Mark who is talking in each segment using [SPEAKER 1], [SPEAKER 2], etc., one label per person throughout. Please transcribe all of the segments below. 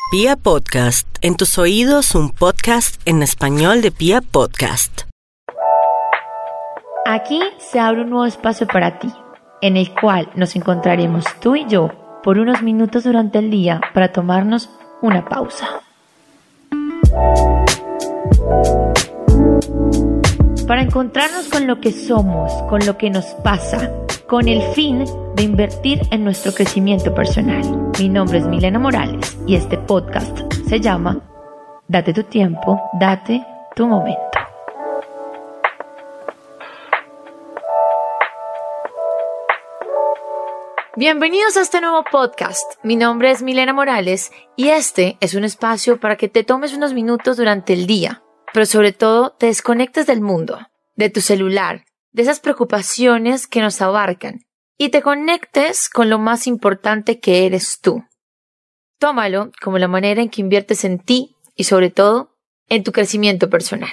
[SPEAKER 1] Pia Podcast, en tus oídos un podcast en español de Pia Podcast.
[SPEAKER 2] Aquí se abre un nuevo espacio para ti, en el cual nos encontraremos tú y yo por unos minutos durante el día para tomarnos una pausa. Para encontrarnos con lo que somos, con lo que nos pasa, con el fin de invertir en nuestro crecimiento personal. Mi nombre es Milena Morales y este podcast se llama Date tu tiempo, date tu momento. Bienvenidos a este nuevo podcast. Mi nombre es Milena Morales y este es un espacio para que te tomes unos minutos durante el día, pero sobre todo te desconectes del mundo, de tu celular, de esas preocupaciones que nos abarcan y te conectes con lo más importante que eres tú. Tómalo como la manera en que inviertes en ti y sobre todo en tu crecimiento personal.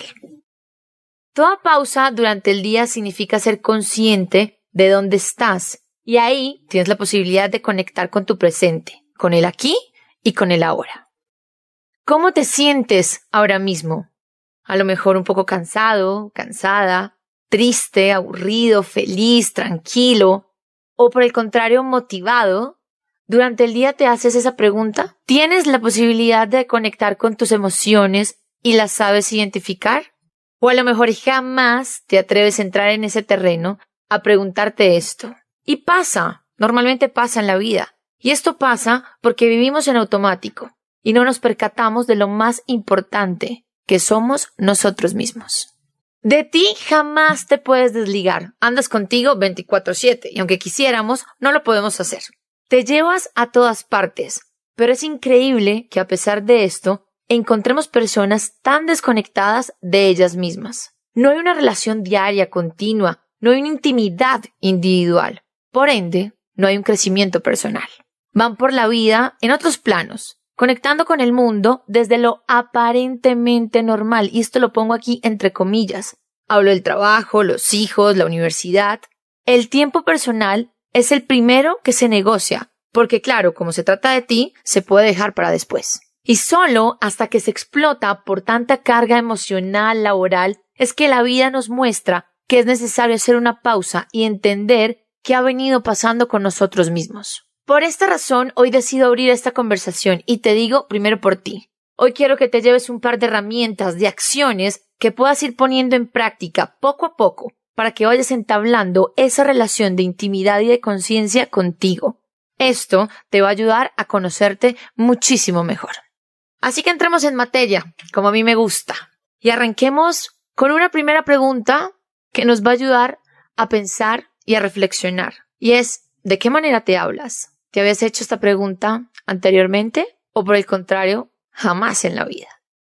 [SPEAKER 2] Toda pausa durante el día significa ser consciente de dónde estás y ahí tienes la posibilidad de conectar con tu presente, con el aquí y con el ahora. ¿Cómo te sientes ahora mismo? A lo mejor un poco cansado, cansada, triste, aburrido, feliz, tranquilo, o por el contrario motivado. ¿Durante el día te haces esa pregunta? ¿Tienes la posibilidad de conectar con tus emociones y las sabes identificar? O a lo mejor jamás te atreves a entrar en ese terreno a preguntarte esto. Y pasa, normalmente pasa en la vida. Y esto pasa porque vivimos en automático y no nos percatamos de lo más importante, que somos nosotros mismos. De ti jamás te puedes desligar. Andas contigo 24/7 y aunque quisiéramos, no lo podemos hacer. Te llevas a todas partes, pero es increíble que a pesar de esto, encontremos personas tan desconectadas de ellas mismas. No hay una relación diaria, continua, no hay una intimidad individual. Por ende, no hay un crecimiento personal. Van por la vida en otros planos, conectando con el mundo desde lo aparentemente normal, y esto lo pongo aquí entre comillas. Hablo del trabajo, los hijos, la universidad. El tiempo personal es el primero que se negocia, porque claro, como se trata de ti, se puede dejar para después. Y solo hasta que se explota por tanta carga emocional, laboral, es que la vida nos muestra que es necesario hacer una pausa y entender qué ha venido pasando con nosotros mismos. Por esta razón, hoy decido abrir esta conversación y te digo primero por ti. Hoy quiero que te lleves un par de herramientas, de acciones que puedas ir poniendo en práctica poco a poco para que vayas entablando esa relación de intimidad y de conciencia contigo. Esto te va a ayudar a conocerte muchísimo mejor. Así que entremos en materia, como a mí me gusta, y arranquemos con una primera pregunta que nos va a ayudar a pensar y a reflexionar. Y es, ¿de qué manera te hablas? ¿Te habías hecho esta pregunta anteriormente? ¿O por el contrario, jamás en la vida?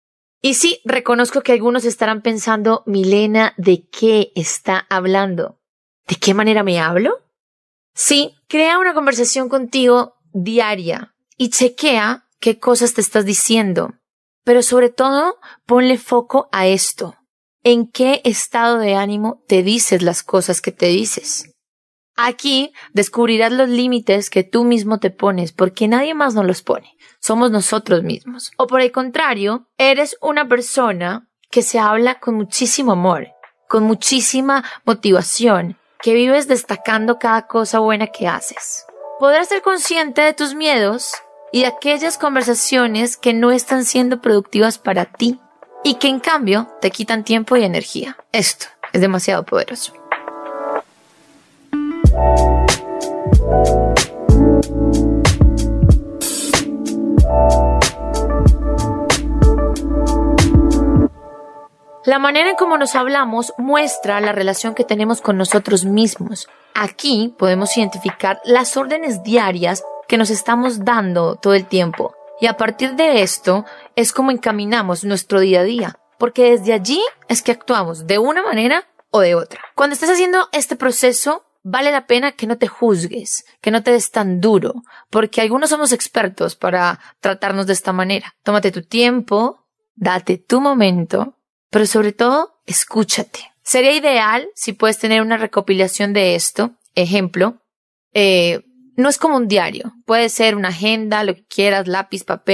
[SPEAKER 2] Y sí, reconozco que algunos estarán pensando, Milena, ¿de qué está hablando? ¿De qué manera me hablo? Sí, crea una conversación contigo diaria y chequea qué cosas te estás diciendo. Pero sobre todo, ponle foco a esto. ¿En qué estado de ánimo te dices las cosas que te dices? Aquí descubrirás los límites que tú mismo te pones porque nadie más nos los pone. Somos nosotros mismos. O por el contrario, eres una persona que se habla con muchísimo amor, con muchísima motivación, que vives destacando cada cosa buena que haces. Podrás ser consciente de tus miedos y de aquellas conversaciones que no están siendo productivas para ti y que en cambio te quitan tiempo y energía. Esto es demasiado poderoso. La manera en cómo nos hablamos muestra la relación que tenemos con nosotros mismos. Aquí podemos identificar las órdenes diarias que nos estamos dando todo el tiempo. Y a partir de esto es como encaminamos nuestro día a día. Porque desde allí es que actuamos de una manera o de otra. Cuando estés haciendo este proceso, vale la pena que no te juzgues, que no te des tan duro. Porque algunos somos expertos para tratarnos de esta manera. Tómate tu tiempo, date tu momento. Pero sobre todo, escúchate. Sería ideal si puedes tener una recopilación de esto. Ejemplo, no es como un diario. Puede ser una agenda, lo que quieras, lápiz, papel.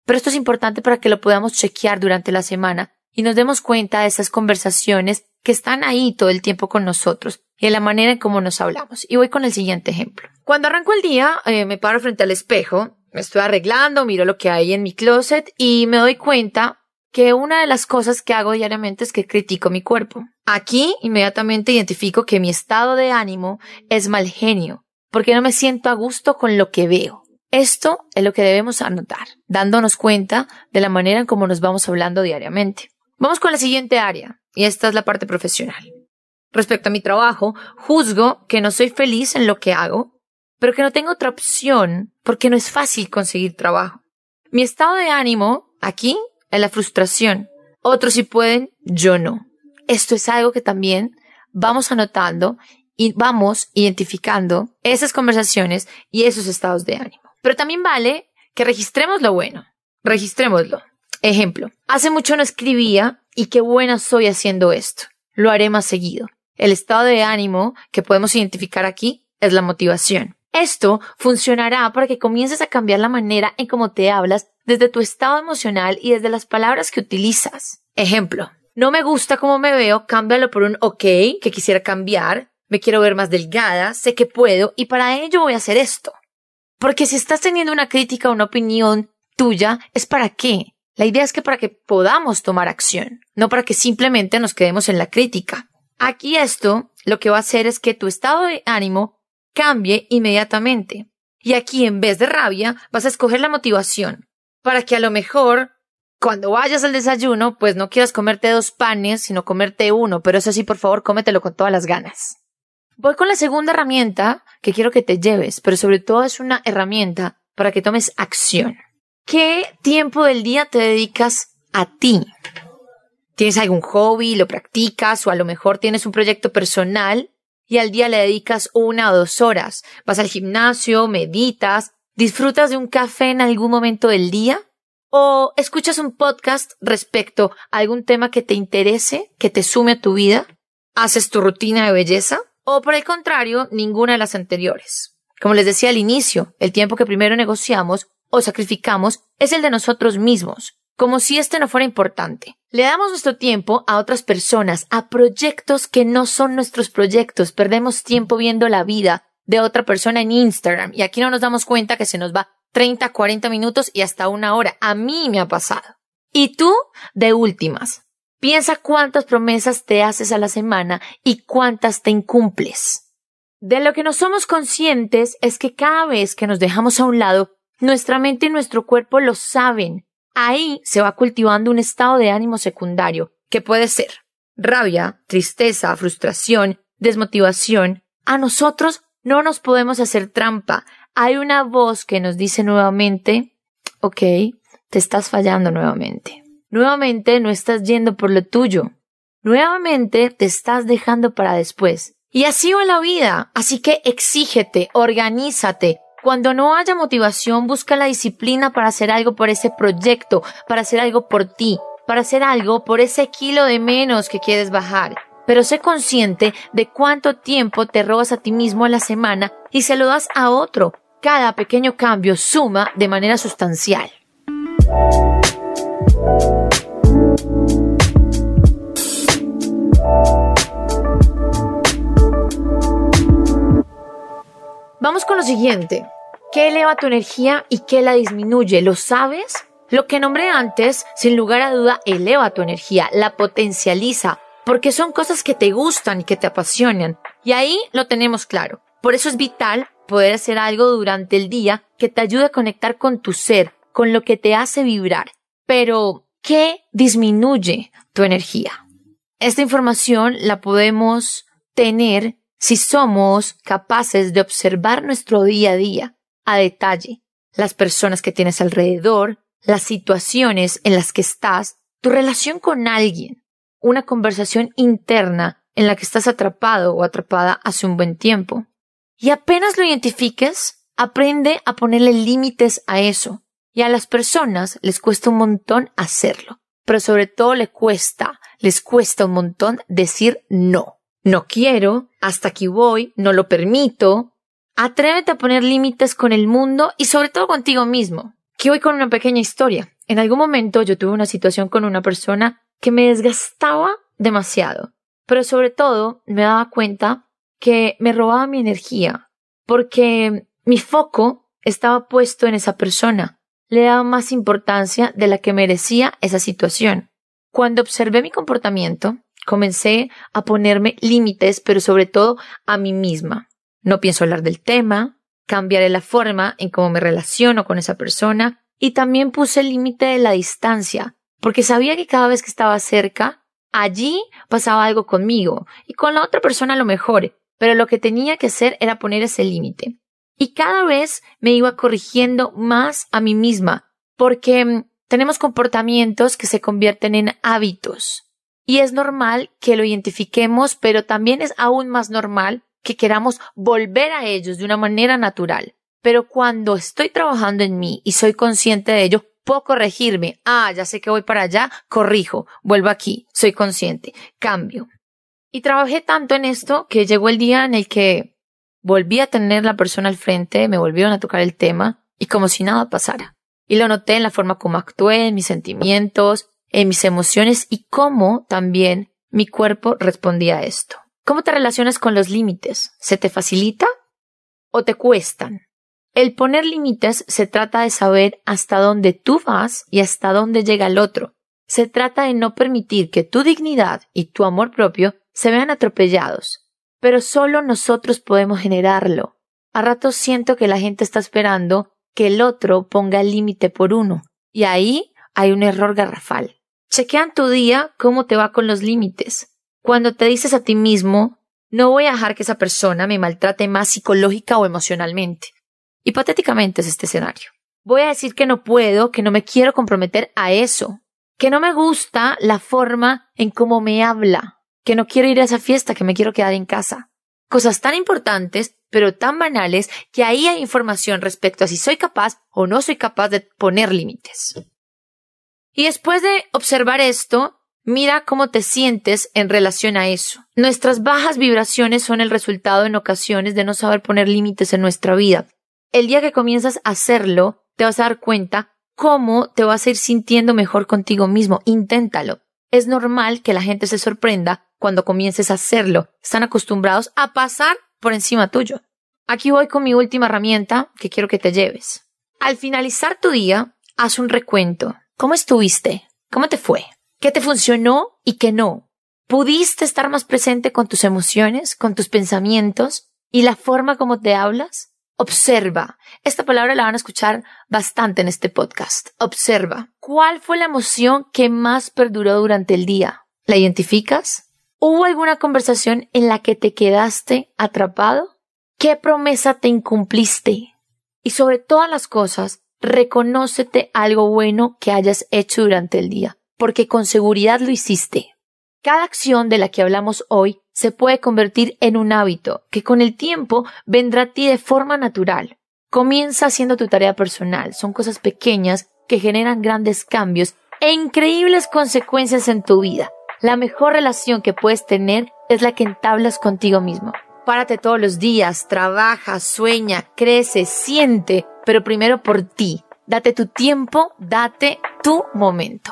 [SPEAKER 2] Pero esto es importante para que lo podamos chequear durante la semana y nos demos cuenta de esas conversaciones que están ahí todo el tiempo con nosotros y de la manera en cómo nos hablamos. Y voy con el siguiente ejemplo. Cuando arranco el día, me paro frente al espejo, me estoy arreglando, miro lo que hay en mi closet y me doy cuenta que una de las cosas que hago diariamente es que critico mi cuerpo. Aquí inmediatamente identifico que mi estado de ánimo es mal genio, porque no me siento a gusto con lo que veo. Esto es lo que debemos anotar, dándonos cuenta de la manera en cómo nos vamos hablando diariamente. Vamos con la siguiente área, y esta es la parte profesional. Respecto a mi trabajo, juzgo que no soy feliz en lo que hago, pero que no tengo otra opción porque no es fácil conseguir trabajo. Mi estado de ánimo aquí es la frustración. Otros sí pueden, yo no. Esto es algo que también vamos anotando y vamos identificando esas conversaciones y esos estados de ánimo. Pero también vale que registremos lo bueno. Registrémoslo. Ejemplo, hace mucho no escribía y qué buena soy haciendo esto. Lo haré más seguido. El estado de ánimo que podemos identificar aquí es la motivación. Esto funcionará para que comiences a cambiar la manera en cómo te hablas desde tu estado emocional y desde las palabras que utilizas. Ejemplo, no me gusta cómo me veo, cámbialo por un ok, que quisiera cambiar. Me quiero ver más delgada, sé que puedo y para ello voy a hacer esto. Porque si estás teniendo una crítica o una opinión tuya, ¿es para qué? La idea es que para que podamos tomar acción, no para que simplemente nos quedemos en la crítica. Aquí esto lo que va a hacer es que tu estado de ánimo cambie inmediatamente. Y aquí en vez de rabia vas a escoger la motivación para que a lo mejor cuando vayas al desayuno pues no quieras comerte 2 panes sino comerte 1, pero eso sí, por favor, cómetelo con todas las ganas. Voy con la segunda herramienta que quiero que te lleves, pero sobre todo es una herramienta para que tomes acción. ¿Qué tiempo del día te dedicas a ti? ¿Tienes algún hobby, lo practicas o a lo mejor tienes un proyecto personal y al día le dedicas 1 o 2 horas? ¿Vas al gimnasio, meditas, disfrutas de un café en algún momento del día? ¿O escuchas un podcast respecto a algún tema que te interese, que te sume a tu vida? ¿Haces tu rutina de belleza? O por el contrario, ninguna de las anteriores. Como les decía al inicio, el tiempo que primero negociamos o sacrificamos es el de nosotros mismos, como si este no fuera importante. Le damos nuestro tiempo a otras personas, a proyectos que no son nuestros proyectos. Perdemos tiempo viendo la vida de otra persona en Instagram y aquí no nos damos cuenta que se nos va 30, 40 minutos y hasta 1 hora. A mí me ha pasado. Y tú, de últimas, piensa cuántas promesas te haces a la semana y cuántas te incumples. De lo que no somos conscientes es que cada vez que nos dejamos a un lado, nuestra mente y nuestro cuerpo lo saben. Ahí se va cultivando un estado de ánimo secundario, que puede ser rabia, tristeza, frustración, desmotivación. A nosotros no nos podemos hacer trampa. Hay una voz que nos dice nuevamente, ok, te estás fallando nuevamente. Nuevamente no estás yendo por lo tuyo. Nuevamente te estás dejando para después. Y así va la vida. Así que exígete, organízate. Cuando no haya motivación, busca la disciplina para hacer algo por ese proyecto, para hacer algo por ti, para hacer algo por ese kilo de menos que quieres bajar. Pero sé consciente de cuánto tiempo te robas a ti mismo a la semana y se lo das a otro. Cada pequeño cambio suma de manera sustancial. Vamos con lo siguiente. ¿Qué eleva tu energía y qué la disminuye? ¿Lo sabes? Lo que nombré antes, sin lugar a duda, eleva tu energía, la potencializa, porque son cosas que te gustan y que te apasionan. Y ahí lo tenemos claro. Por eso es vital poder hacer algo durante el día que te ayude a conectar con tu ser, con lo que te hace vibrar. Pero, ¿qué disminuye tu energía? Esta información la podemos tener si somos capaces de observar nuestro día a día a detalle, las personas que tienes alrededor, las situaciones en las que estás, tu relación con alguien, una conversación interna en la que estás atrapado o atrapada hace un buen tiempo. Y apenas lo identifiques, aprende a ponerle límites a eso. Y a las personas les cuesta un montón hacerlo, pero sobre todo les cuesta un montón decir no. No quiero, hasta aquí voy, no lo permito. Atrévete a poner límites con el mundo y sobre todo contigo mismo. Aquí voy con una pequeña historia. En algún momento yo tuve una situación con una persona que me desgastaba demasiado, pero sobre todo me daba cuenta que me robaba mi energía, porque mi foco estaba puesto en esa persona. Le daba más importancia de la que merecía esa situación. Cuando observé mi comportamiento, comencé a ponerme límites, pero sobre todo a mí misma. No pienso hablar del tema, cambiaré la forma en cómo me relaciono con esa persona y también puse el límite de la distancia, porque sabía que cada vez que estaba cerca, allí pasaba algo conmigo y con la otra persona a lo mejor, pero lo que tenía que hacer era poner ese límite. Y cada vez me iba corrigiendo más a mí misma, porque tenemos comportamientos que se convierten en hábitos. Y es normal que lo identifiquemos, pero también es aún más normal que queramos volver a ellos de una manera natural. Pero cuando estoy trabajando en mí y soy consciente de ello, puedo corregirme. Ya sé que voy para allá, corrijo, vuelvo aquí, soy consciente, cambio. Y trabajé tanto en esto que llegó el día en el que volví a tener la persona al frente, me volvieron a tocar el tema y como si nada pasara. Y lo noté en la forma como actué, en mis sentimientos, en mis emociones y cómo también mi cuerpo respondía a esto. ¿Cómo te relacionas con los límites? ¿Se te facilita o te cuestan? El poner límites se trata de saber hasta dónde tú vas y hasta dónde llega el otro. Se trata de no permitir que tu dignidad y tu amor propio se vean atropellados. Pero solo nosotros podemos generarlo. A ratos siento que la gente está esperando que el otro ponga el límite por uno. Y ahí hay un error garrafal. Chequea en tu día cómo te va con los límites. Cuando te dices a ti mismo, no voy a dejar que esa persona me maltrate más psicológica o emocionalmente. Hipotéticamente es este escenario. Voy a decir que no puedo, que no me quiero comprometer a eso, que no me gusta la forma en cómo me habla, que no quiero ir a esa fiesta, que me quiero quedar en casa. Cosas tan importantes, pero tan banales, que ahí hay información respecto a si soy capaz o no soy capaz de poner límites. Y después de observar esto, mira cómo te sientes en relación a eso. Nuestras bajas vibraciones son el resultado en ocasiones de no saber poner límites en nuestra vida. El día que comienzas a hacerlo, te vas a dar cuenta cómo te vas a ir sintiendo mejor contigo mismo. Inténtalo. Es normal que la gente se sorprenda cuando comiences a hacerlo. Están acostumbrados a pasar por encima tuyo. Aquí voy con mi última herramienta que quiero que te lleves. Al finalizar tu día, haz un recuento. ¿Cómo estuviste? ¿Cómo te fue? ¿Qué te funcionó y qué no? ¿Pudiste estar más presente con tus emociones, con tus pensamientos y la forma como te hablas? Observa. Esta palabra la van a escuchar bastante en este podcast. Observa. ¿Cuál fue la emoción que más perduró durante el día? ¿La identificas? ¿Hubo alguna conversación en la que te quedaste atrapado? ¿Qué promesa te incumpliste? Y sobre todas las cosas, reconócete algo bueno que hayas hecho durante el día, porque con seguridad lo hiciste. Cada acción de la que hablamos hoy se puede convertir en un hábito que con el tiempo vendrá a ti de forma natural. Comienza haciendo tu tarea personal. Son cosas pequeñas que generan grandes cambios e increíbles consecuencias en tu vida. La mejor relación que puedes tener es la que entablas contigo mismo. Párate todos los días, trabaja, sueña, crece, siente, pero primero por ti. Date tu tiempo, date tu momento.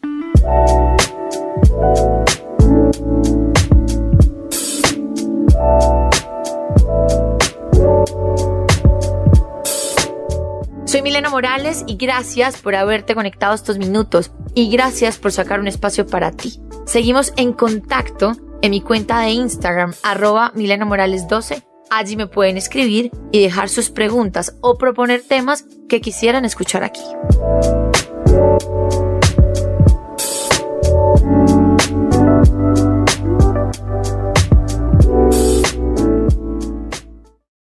[SPEAKER 2] Soy Milena Morales y gracias por haberte conectado estos minutos y gracias por sacar un espacio para ti. Seguimos en contacto en mi cuenta de Instagram, @MilenaMorales12. Allí me pueden escribir y dejar sus preguntas o proponer temas que quisieran escuchar aquí.